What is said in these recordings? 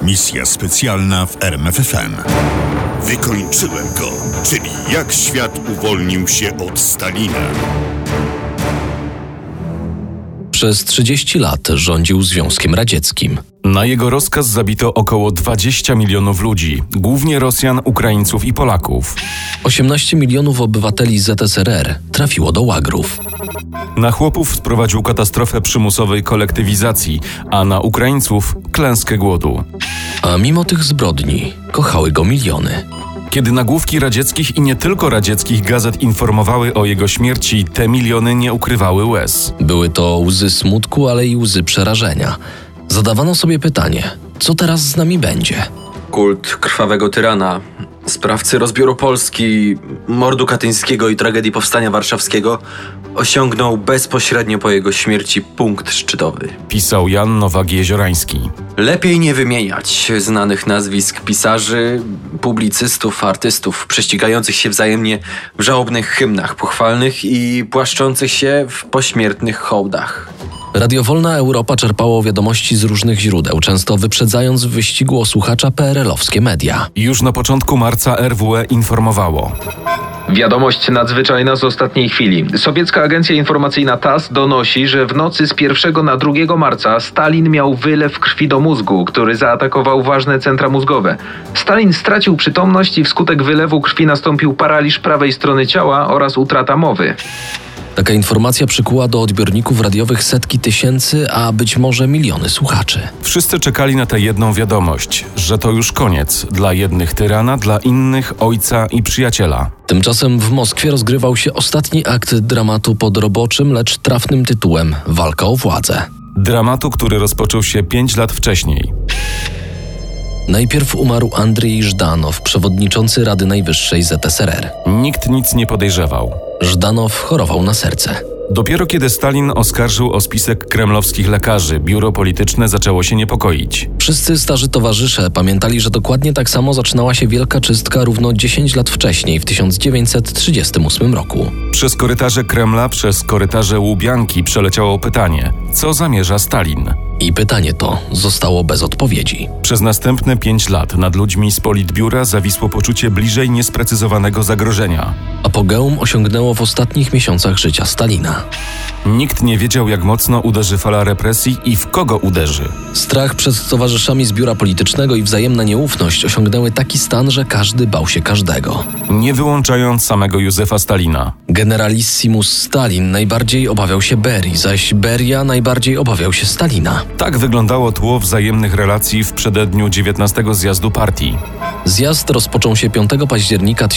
Misja specjalna w RMFFM. Wykończyłem go, czyli jak świat uwolnił się od Stalina. Przez 30 lat rządził Związkiem Radzieckim. Na jego rozkaz zabito około 20 milionów ludzi, głównie Rosjan, Ukraińców i Polaków. 18 milionów obywateli ZSRR trafiło do łagrów. Na chłopów sprowadził katastrofę przymusowej kolektywizacji, a na Ukraińców klęskę głodu. A mimo tych zbrodni kochały go miliony. Kiedy nagłówki radzieckich i nie tylko radzieckich gazet informowały o jego śmierci, te miliony nie ukrywały łez. Były to łzy smutku, ale i łzy przerażenia. Zadawano sobie pytanie, co teraz z nami będzie? Kult krwawego tyrana, sprawcy rozbioru Polski, mordu katyńskiego i tragedii Powstania Warszawskiego osiągnął bezpośrednio po jego śmierci punkt szczytowy. Pisał Jan Nowak-Jeziorański. Lepiej nie wymieniać znanych nazwisk pisarzy, publicystów, artystów prześcigających się wzajemnie w żałobnych hymnach pochwalnych i płaszczących się w pośmiertnych hołdach. Radio Wolna Europa czerpało wiadomości z różnych źródeł, często wyprzedzając w wyścigu o słuchacza PRL-owskie media. Już na początku marca RWE informowało. Wiadomość nadzwyczajna z ostatniej chwili. Sowiecka agencja informacyjna TASS donosi, że w nocy z 1 na 2 marca Stalin miał wylew krwi do mózgu, który zaatakował ważne centra mózgowe. Stalin stracił przytomność i wskutek wylewu krwi nastąpił paraliż prawej strony ciała oraz utrata mowy. Taka informacja przykuła do odbiorników radiowych setki tysięcy, a być może miliony słuchaczy. Wszyscy czekali na tę jedną wiadomość, że to już koniec. Dla jednych tyrana, dla innych ojca i przyjaciela. Tymczasem w Moskwie rozgrywał się ostatni akt dramatu pod roboczym, lecz trafnym tytułem Walka o władzę. Dramatu, który rozpoczął się 5 lat wcześniej. Najpierw umarł Andrzej Żdanow, przewodniczący Rady Najwyższej ZSRR. Nikt nic nie podejrzewał. Żdanow chorował na serce. Dopiero kiedy Stalin oskarżył o spisek kremlowskich lekarzy, biuro polityczne zaczęło się niepokoić. Wszyscy starzy towarzysze pamiętali, że dokładnie tak samo zaczynała się wielka czystka równo 10 lat wcześniej, w 1938 roku. Przez korytarze Kremla, przez korytarze Łubianki przeleciało pytanie: co zamierza Stalin? I pytanie to zostało bez odpowiedzi. Przez następne 5 lat nad ludźmi z politbiura zawisło poczucie bliżej niesprecyzowanego zagrożenia. Apogeum osiągnęło w ostatnich miesiącach życia Stalina. Nikt nie wiedział, jak mocno uderzy fala represji i w kogo uderzy. Strach przed towarzyszami z biura politycznego i wzajemna nieufność osiągnęły taki stan, że każdy bał się każdego. Nie wyłączając samego Józefa Stalina. Generalissimus Stalin najbardziej obawiał się Berii, zaś Beria najbardziej obawiał się Stalina. Tak wyglądało tło wzajemnych relacji w przededniu 19 zjazdu partii. Zjazd rozpoczął się 5 października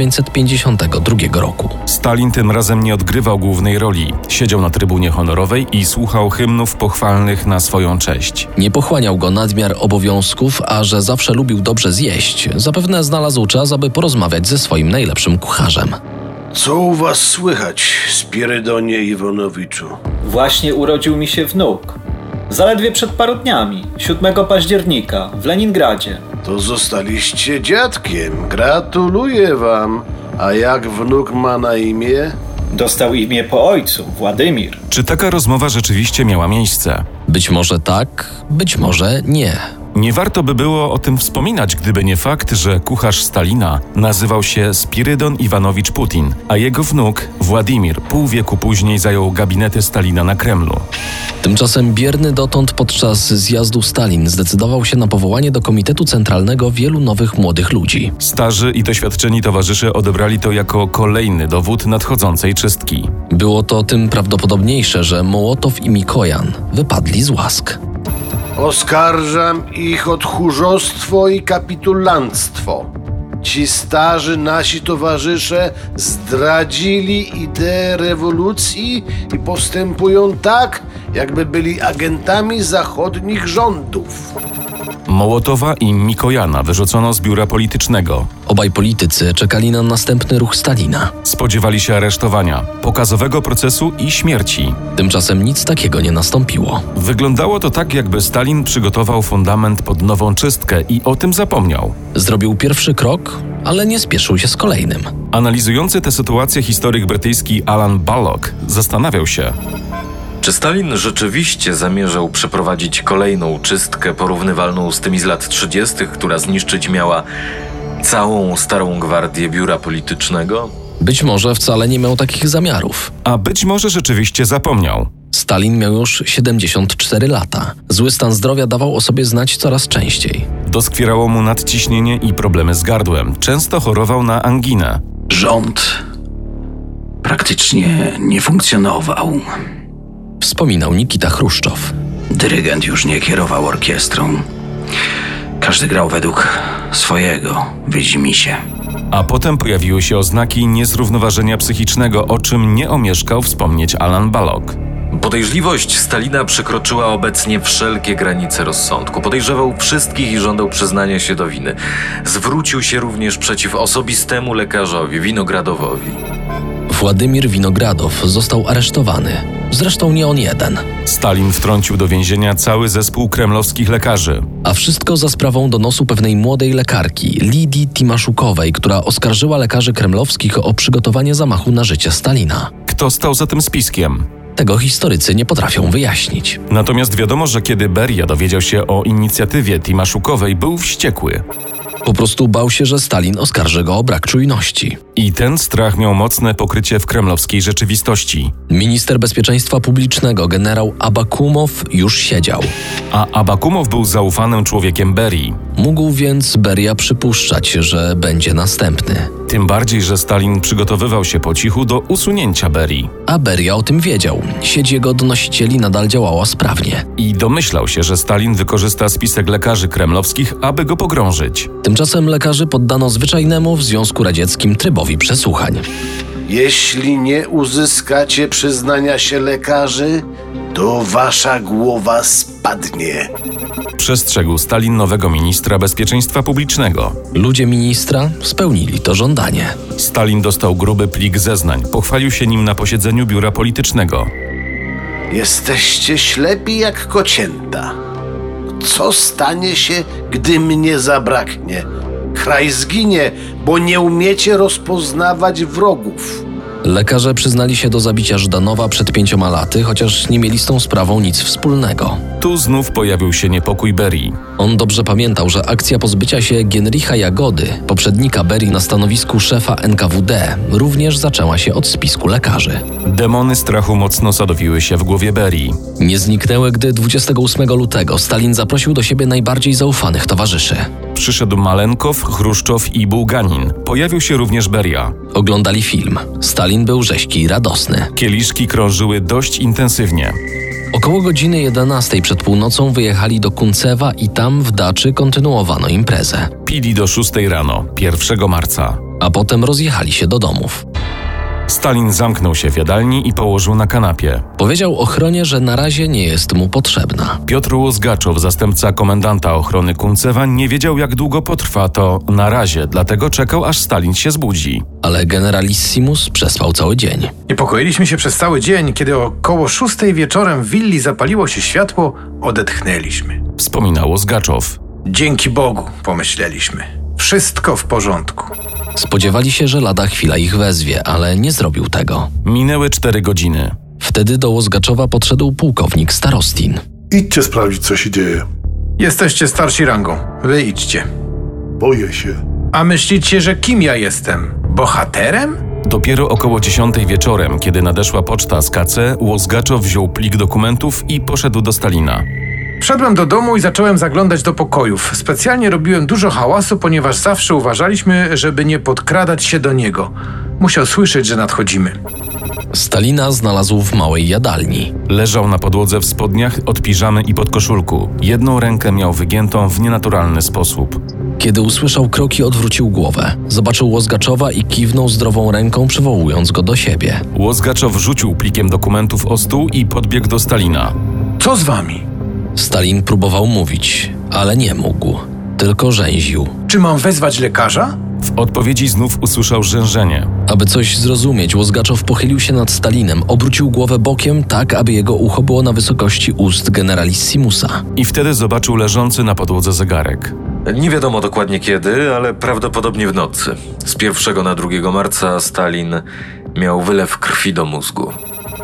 1952 roku. Stalin tym razem nie odgrywał głównej roli. Siedział na trybunie honorowej i słuchał hymnów pochwalnych na swoją cześć. Nie pochłaniał go nadmiar obowiązków, a że zawsze lubił dobrze zjeść, zapewne znalazł czas, aby porozmawiać ze swoim najlepszym kucharzem. Co u was słychać, Spirydonie Iwanowiczu? Właśnie urodził mi się wnuk. Zaledwie przed paru dniami, 7 października, w Leningradzie. To zostaliście dziadkiem. Gratuluję wam. A jak wnuk ma na imię? Dostał imię po ojcu, Władimir. Czy taka rozmowa rzeczywiście miała miejsce? Być może tak, być może nie. Nie warto by było o tym wspominać, gdyby nie fakt, że kucharz Stalina nazywał się Spirydon Iwanowicz Putin, a jego wnuk, Władimir, pół wieku później zajął gabinety Stalina na Kremlu. Tymczasem bierny dotąd podczas zjazdu Stalin zdecydował się na powołanie do Komitetu Centralnego wielu nowych młodych ludzi. Starzy i doświadczeni towarzysze odebrali to jako kolejny dowód nadchodzącej czystki. Było to tym prawdopodobniejsze, że Mołotow i Mikojan wypadli z łask. Oskarżam ich o tchórzostwo i kapitulanstwo. Ci starzy nasi towarzysze zdradzili ideę rewolucji i postępują tak, jakby byli agentami zachodnich rządów. Mołotowa i Mikojana wyrzucono z biura politycznego. Obaj politycy czekali na następny ruch Stalina. Spodziewali się aresztowania, pokazowego procesu i śmierci. Tymczasem nic takiego nie nastąpiło. Wyglądało to tak, jakby Stalin przygotował fundament pod nową czystkę i o tym zapomniał. Zrobił pierwszy krok, ale nie spieszył się z kolejnym. Analizujący tę sytuację historyk brytyjski Alan Bullock zastanawiał się. Czy Stalin rzeczywiście zamierzał przeprowadzić kolejną czystkę porównywalną z tymi z lat 30., która zniszczyć miała całą starą gwardię biura politycznego? Być może wcale nie miał takich zamiarów. A być może rzeczywiście zapomniał. Stalin miał już 74 lata. Zły stan zdrowia dawał o sobie znać coraz częściej. Doskwierało mu nadciśnienie i problemy z gardłem. Często chorował na anginę. Rząd praktycznie nie funkcjonował. Wspominał Nikita Chruszczow. Dyrygent już nie kierował orkiestrą. Każdy grał według swojego widzimisię. A potem pojawiły się oznaki niezrównoważenia psychicznego, o czym nie omieszkał wspomnieć Alan Balogh. Podejrzliwość Stalina przekroczyła obecnie wszelkie granice rozsądku. Podejrzewał wszystkich i żądał przyznania się do winy. Zwrócił się również przeciw osobistemu lekarzowi, Winogradowowi. Władimir Winogradow został aresztowany. Zresztą nie on jeden. Stalin wtrącił do więzienia cały zespół kremlowskich lekarzy. A wszystko za sprawą donosu pewnej młodej lekarki, Lidii Timaszukowej, która oskarżyła lekarzy kremlowskich o przygotowanie zamachu na życie Stalina. Kto stał za tym spiskiem? Tego historycy nie potrafią wyjaśnić. Natomiast wiadomo, że kiedy Beria dowiedział się o inicjatywie Timaszukowej, był wściekły. Po prostu bał się, że Stalin oskarży go o brak czujności. I ten strach miał mocne pokrycie w kremlowskiej rzeczywistości. Minister bezpieczeństwa publicznego generał Abakumow już siedział. A Abakumow był zaufanym człowiekiem Berii. Mógł więc Beria przypuszczać, że będzie następny. Tym bardziej, że Stalin przygotowywał się po cichu do usunięcia Berii. A Beria o tym wiedział. Sieć jego donosicieli nadal działała sprawnie. I domyślał się, że Stalin wykorzysta spisek lekarzy kremlowskich, aby go pogrążyć. Tymczasem lekarzy poddano zwyczajnemu w Związku Radzieckim trybowi przesłuchań. Jeśli nie uzyskacie przyznania się lekarzy, to wasza głowa spadnie. Przestrzegł Stalin nowego ministra bezpieczeństwa publicznego. Ludzie ministra spełnili to żądanie. Stalin dostał gruby plik zeznań. Pochwalił się nim na posiedzeniu biura politycznego. Jesteście ślepi jak kocięta. Co stanie się, gdy mnie zabraknie? Kraj zginie, bo nie umiecie rozpoznawać wrogów. Lekarze przyznali się do zabicia Żdanowa przed 5 laty, chociaż nie mieli z tą sprawą nic wspólnego. Tu znów pojawił się niepokój Berii. On dobrze pamiętał, że akcja pozbycia się Genricha Jagody, poprzednika Berii na stanowisku szefa NKWD, również zaczęła się od spisku lekarzy. Demony strachu mocno sadowiły się w głowie Berii. Nie zniknęły, gdy 28 lutego Stalin zaprosił do siebie najbardziej zaufanych towarzyszy. Przyszedł Malenkow, Chruszczow i Bułganin. Pojawił się również Beria. Oglądali film. Stalin był rześki i radosny. Kieliszki krążyły dość intensywnie. Około godziny 11 przed północą wyjechali do Kuncewa i tam w daczy kontynuowano imprezę. Pili do 6 rano, 1 marca. A potem rozjechali się do domów. Stalin zamknął się w jadalni i położył na kanapie. Powiedział ochronie, że na razie nie jest mu potrzebna. Piotr Łozgaczow, zastępca komendanta ochrony Kuncewa, nie wiedział, jak długo potrwa to na razie, dlatego czekał, aż Stalin się zbudzi. Ale generalissimus przespał cały dzień. Niepokoiliśmy się przez cały dzień, kiedy około 6 wieczorem w willi zapaliło się światło, odetchnęliśmy. Wspominał Łozgaczow. Dzięki Bogu, pomyśleliśmy. Wszystko w porządku. Spodziewali się, że lada chwila ich wezwie, ale nie zrobił tego. Minęły 4 godziny. Wtedy do Łozgaczowa podszedł pułkownik Starostin. Idźcie sprawdzić, co się dzieje. Jesteście starsi rangą. Wy idźcie. Boję się. A myślicie, że kim ja jestem? Bohaterem? Dopiero około 10 wieczorem, kiedy nadeszła poczta z KC, Łozgaczow wziął plik dokumentów i poszedł do Stalina. Wszedłem do domu i zacząłem zaglądać do pokojów. Specjalnie robiłem dużo hałasu, ponieważ zawsze uważaliśmy, żeby nie podkradać się do niego. Musiał słyszeć, że nadchodzimy. Stalina znalazł w małej jadalni. Leżał na podłodze w spodniach, od piżamy i podkoszulku. Jedną rękę miał wygiętą w nienaturalny sposób. Kiedy usłyszał kroki, odwrócił głowę. Zobaczył Łozgaczowa i kiwnął zdrową ręką, przywołując go do siebie. Łozgaczow rzucił plikiem dokumentów o stół i podbiegł do Stalina. Co z wami? Stalin próbował mówić, ale nie mógł. Tylko rzęził. Czy mam wezwać lekarza? W odpowiedzi znów usłyszał rzężenie. Aby coś zrozumieć, Łozgaczow pochylił się nad Stalinem, obrócił głowę bokiem tak, aby jego ucho było na wysokości ust generalissimusa. I wtedy zobaczył leżący na podłodze zegarek. Nie wiadomo dokładnie kiedy, ale prawdopodobnie w nocy. Z 1 na 2 marca Stalin miał wylew krwi do mózgu.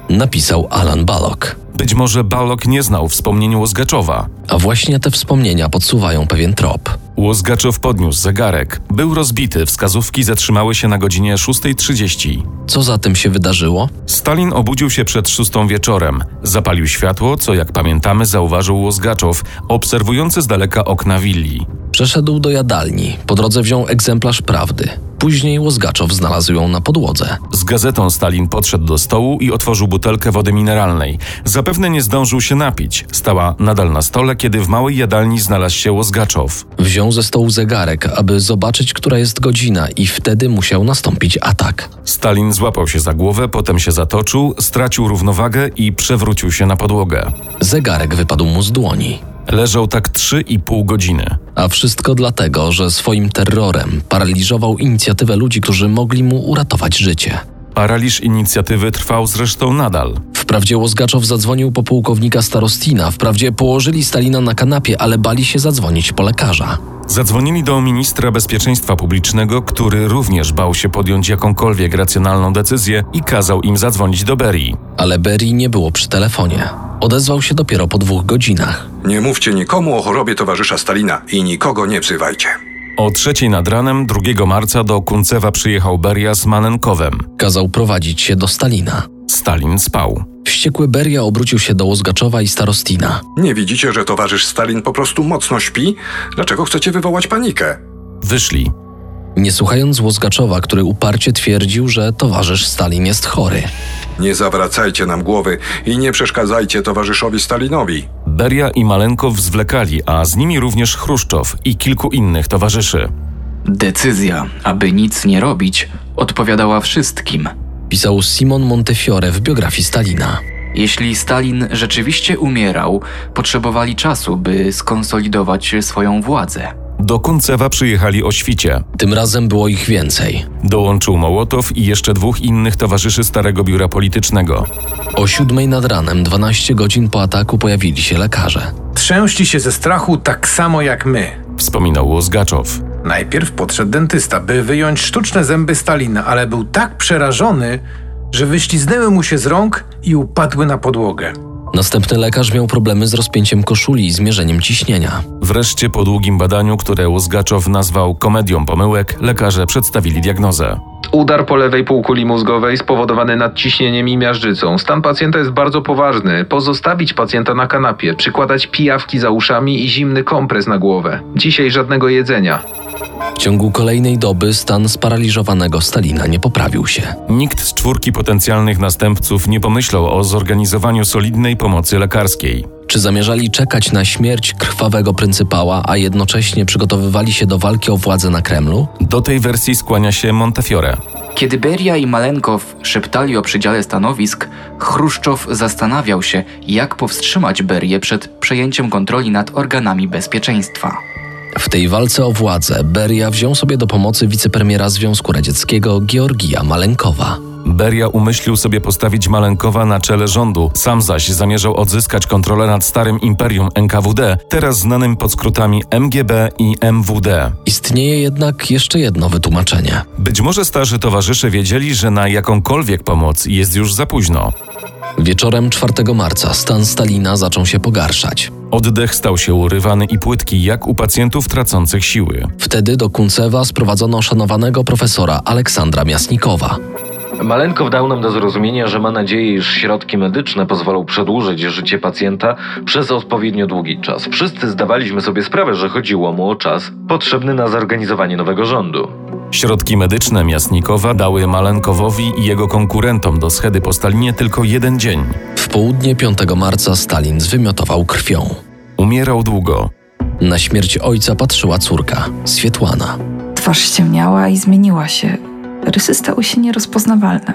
napisał Alan Balog. Być może Balog nie znał wspomnień Łozgaczowa. A właśnie te wspomnienia podsuwają pewien trop. Łozgaczow podniósł zegarek. Był rozbity, wskazówki zatrzymały się na godzinie 6:30. Co zatem się wydarzyło? Stalin obudził się przed 6:00 wieczorem. Zapalił światło, co jak pamiętamy zauważył Łozgaczow, obserwujący z daleka okna willi. Przeszedł do jadalni. Po drodze wziął egzemplarz Prawdy. Później Łozgaczow znalazł ją na podłodze. Z gazetą Stalin podszedł do stołu i otworzył butelkę wody mineralnej. Zapewne nie zdążył się napić. Stała nadal na stole, kiedy w małej jadalni znalazł się Łozgaczow. Wziął ze stołu zegarek, aby zobaczyć, która jest godzina, i wtedy musiał nastąpić atak. Stalin złapał się za głowę, potem się zatoczył, stracił równowagę i przewrócił się na podłogę. Zegarek wypadł mu z dłoni. Leżał tak 3,5 godziny. A wszystko dlatego, że swoim terrorem paraliżował inicjatywę ludzi, którzy mogli mu uratować życie. Paraliż inicjatywy trwał zresztą nadal. Wprawdzie Łozgaczow zadzwonił po pułkownika Starostina, wprawdzie położyli Stalina na kanapie, ale bali się zadzwonić po lekarza. Zadzwonili do ministra bezpieczeństwa publicznego, który również bał się podjąć jakąkolwiek racjonalną decyzję i kazał im zadzwonić do Berii. Ale Berii nie było przy telefonie. Odezwał się dopiero po 2 godzinach. Nie mówcie nikomu o chorobie towarzysza Stalina i nikogo nie wzywajcie. O 3:00 nad ranem 2 marca do Kuncewa przyjechał Beria z Manenkowem. Kazał prowadzić się do Stalina. Stalin spał. Wściekły Beria obrócił się do Łozgaczowa i Starostina. Nie widzicie, że towarzysz Stalin po prostu mocno śpi? Dlaczego chcecie wywołać panikę? Wyszli. Nie słuchając Łozgaczowa, który uparcie twierdził, że towarzysz Stalin jest chory. Nie zawracajcie nam głowy i nie przeszkadzajcie towarzyszowi Stalinowi. Beria i Malenkow zwlekali, a z nimi również Chruszczow i kilku innych towarzyszy. Decyzja, aby nic nie robić, odpowiadała wszystkim. Pisał Simon Montefiore w biografii Stalina. Jeśli Stalin rzeczywiście umierał, potrzebowali czasu, by skonsolidować swoją władzę. Do Kuncewa przyjechali o świcie. Tym razem było ich więcej. Dołączył Mołotow i jeszcze 2 innych towarzyszy Starego Biura Politycznego. O 7:00 nad ranem, 12 godzin po ataku, pojawili się lekarze. Trzęśli się ze strachu tak samo jak my, wspominał Łozgaczow. Najpierw podszedł dentysta, by wyjąć sztuczne zęby Stalina, ale był tak przerażony, że wyśliznęły mu się z rąk i upadły na podłogę. Następny lekarz miał problemy z rozpięciem koszuli i zmierzeniem ciśnienia. Wreszcie po długim badaniu, które Łozgaczow nazwał komedią pomyłek, lekarze przedstawili diagnozę. Udar po lewej półkuli mózgowej spowodowany nadciśnieniem i miażdżycą. Stan pacjenta jest bardzo poważny. Pozostawić pacjenta na kanapie, przykładać pijawki za uszami i zimny kompres na głowę. Dzisiaj żadnego jedzenia. W ciągu kolejnej doby stan sparaliżowanego Stalina nie poprawił się. Nikt z 4 potencjalnych następców nie pomyślał o zorganizowaniu solidnej pomocy lekarskiej. Czy zamierzali czekać na śmierć krwawego pryncypała, a jednocześnie przygotowywali się do walki o władzę na Kremlu? Do tej wersji skłania się Montefiore. Kiedy Beria i Malenkow szeptali o przydziale stanowisk, Chruszczow zastanawiał się, jak powstrzymać Berię przed przejęciem kontroli nad organami bezpieczeństwa. W tej walce o władzę Beria wziął sobie do pomocy wicepremiera Związku Radzieckiego Georgija Malenkowa. Beria umyślił sobie postawić Malenkowa na czele rządu, sam zaś zamierzał odzyskać kontrolę nad starym imperium NKWD, teraz znanym pod skrótami MGB i MWD. Istnieje jednak jeszcze jedno wytłumaczenie. Być może starzy towarzysze wiedzieli, że na jakąkolwiek pomoc jest już za późno. Wieczorem 4 marca stan Stalina zaczął się pogarszać. Oddech stał się urywany i płytki, jak u pacjentów tracących siły. Wtedy do Kuncewa sprowadzono szanowanego profesora Aleksandra Miasnikowa. Malenkow dał nam do zrozumienia, że ma nadzieję, iż środki medyczne pozwolą przedłużyć życie pacjenta przez odpowiednio długi czas. Wszyscy zdawaliśmy sobie sprawę, że chodziło mu o czas potrzebny na zorganizowanie nowego rządu. Środki medyczne Miasnikowa dały Malenkowowi i jego konkurentom do schedy po Stalinie tylko 1 dzień. W południe 5 marca Stalin zwymiotował krwią. Umierał długo. Na śmierć ojca patrzyła córka, Swietłana. Twarz ściemniała i zmieniła się. Rysy stały się nierozpoznawalne.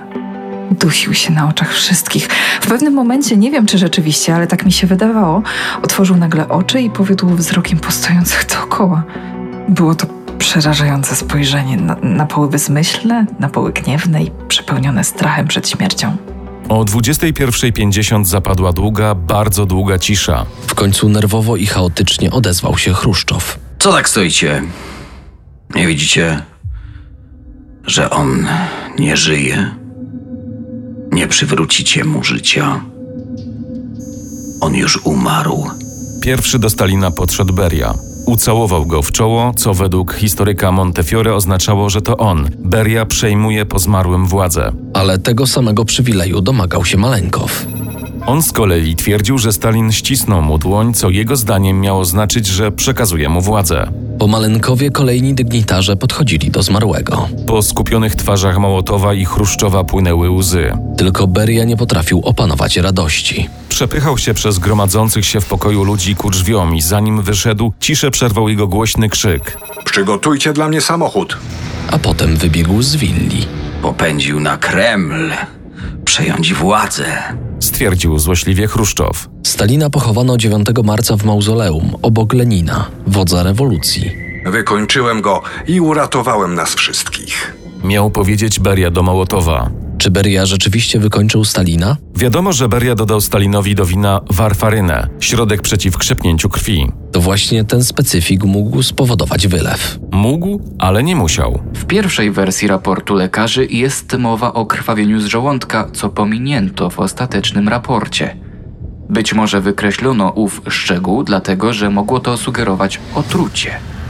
Dusił się na oczach wszystkich. W pewnym momencie, nie wiem czy rzeczywiście, ale tak mi się wydawało, otworzył nagle oczy i powiódł wzrokiem po stojących dookoła. Było to przerażające spojrzenie, na poły bezmyślne, na poły gniewne i przepełnione strachem przed śmiercią. O 21:50 zapadła długa, bardzo długa cisza. W końcu nerwowo i chaotycznie odezwał się Chruszczow. Co tak stoicie? Nie widzicie, że on nie żyje? Nie przywrócicie mu życia. On już umarł. Pierwszy do Stalina podszedł Beria. Ucałował go w czoło, co według historyka Montefiore oznaczało, że to on, Beria, przejmuje po zmarłym władzę. Ale tego samego przywileju domagał się Malenkow. On z kolei twierdził, że Stalin ścisnął mu dłoń, co jego zdaniem miało znaczyć, że przekazuje mu władzę. Po Malenkowie kolejni dygnitarze podchodzili do zmarłego. Po skupionych twarzach Mołotowa i Chruszczowa płynęły łzy. Tylko Beria nie potrafił opanować radości. Przepychał się przez gromadzących się w pokoju ludzi ku drzwiom i zanim wyszedł, ciszę przerwał jego głośny krzyk. Przygotujcie dla mnie samochód. A potem wybiegł z willi. Popędził na Kreml. Przejąć władzę. Stwierdził złośliwie Chruszczow. Stalina pochowano 9 marca w mauzoleum obok Lenina, wodza rewolucji. Wykończyłem go i uratowałem nas wszystkich. Miał powiedzieć Beria do Mołotowa. Czy Beria rzeczywiście wykończył Stalina? Wiadomo, że Beria dodał Stalinowi do wina warfarynę, środek przeciw krzepnięciu krwi. To właśnie ten specyfik mógł spowodować wylew. Mógł, ale nie musiał. W pierwszej wersji raportu lekarzy jest mowa o krwawieniu z żołądka, co pominięto w ostatecznym raporcie. Być może wykreślono ów szczegół, dlatego że mogło to sugerować otrucie.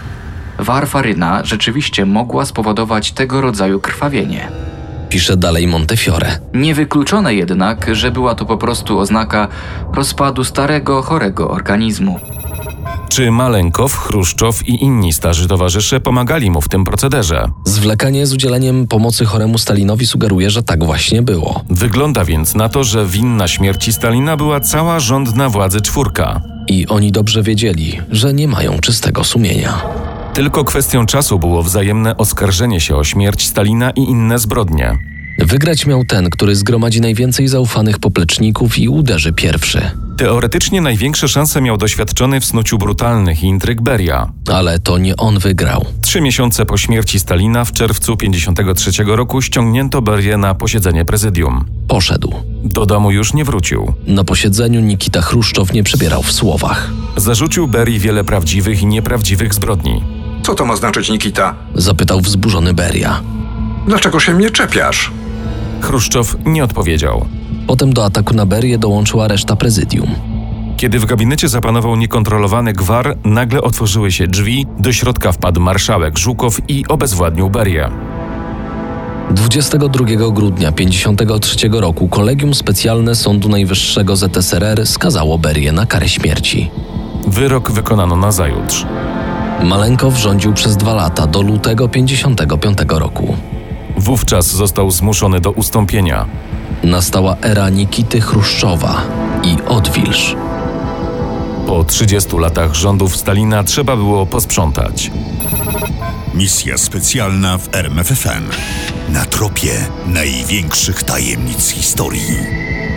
Warfaryna rzeczywiście mogła spowodować tego rodzaju krwawienie. Pisze dalej Montefiore. Niewykluczone jednak, że była to po prostu oznaka rozpadu starego, chorego organizmu. Czy Malenkow, Chruszczow i inni starzy towarzysze pomagali mu w tym procederze? Zwlekanie z udzieleniem pomocy choremu Stalinowi sugeruje, że tak właśnie było. Wygląda więc na to, że winna śmierci Stalina była cała rządna władzy czwórka. I oni dobrze wiedzieli, że nie mają czystego sumienia. Tylko kwestią czasu było wzajemne oskarżenie się o śmierć Stalina i inne zbrodnie. Wygrać miał ten, który zgromadzi najwięcej zaufanych popleczników i uderzy pierwszy. Teoretycznie największe szanse miał doświadczony w snuciu brutalnych intryg Beria. Ale to nie on wygrał. 3 miesiące po śmierci Stalina w czerwcu 1953 roku ściągnięto Berię na posiedzenie prezydium. Poszedł. Do domu już nie wrócił. Na posiedzeniu Nikita Chruszczow nie przebierał w słowach. Zarzucił Berii wiele prawdziwych i nieprawdziwych zbrodni. Co to ma znaczyć, Nikita? Zapytał wzburzony Beria. Dlaczego się mnie czepiasz? Chruszczow nie odpowiedział. Potem do ataku na Berię dołączyła reszta prezydium. Kiedy w gabinecie zapanował niekontrolowany gwar, nagle otworzyły się drzwi, do środka wpadł marszałek Żukow i obezwładnił Berię. 22 grudnia 1953 roku Kolegium Specjalne Sądu Najwyższego ZSRR skazało Berię na karę śmierci. Wyrok wykonano nazajutrz. Malenkow rządził przez 2 lata do lutego 1955 roku. Wówczas został zmuszony do ustąpienia. Nastała era Nikity Chruszczowa i odwilż. Po 30 latach rządów Stalina trzeba było posprzątać. Misja specjalna w RMFFM. Na tropie największych tajemnic historii.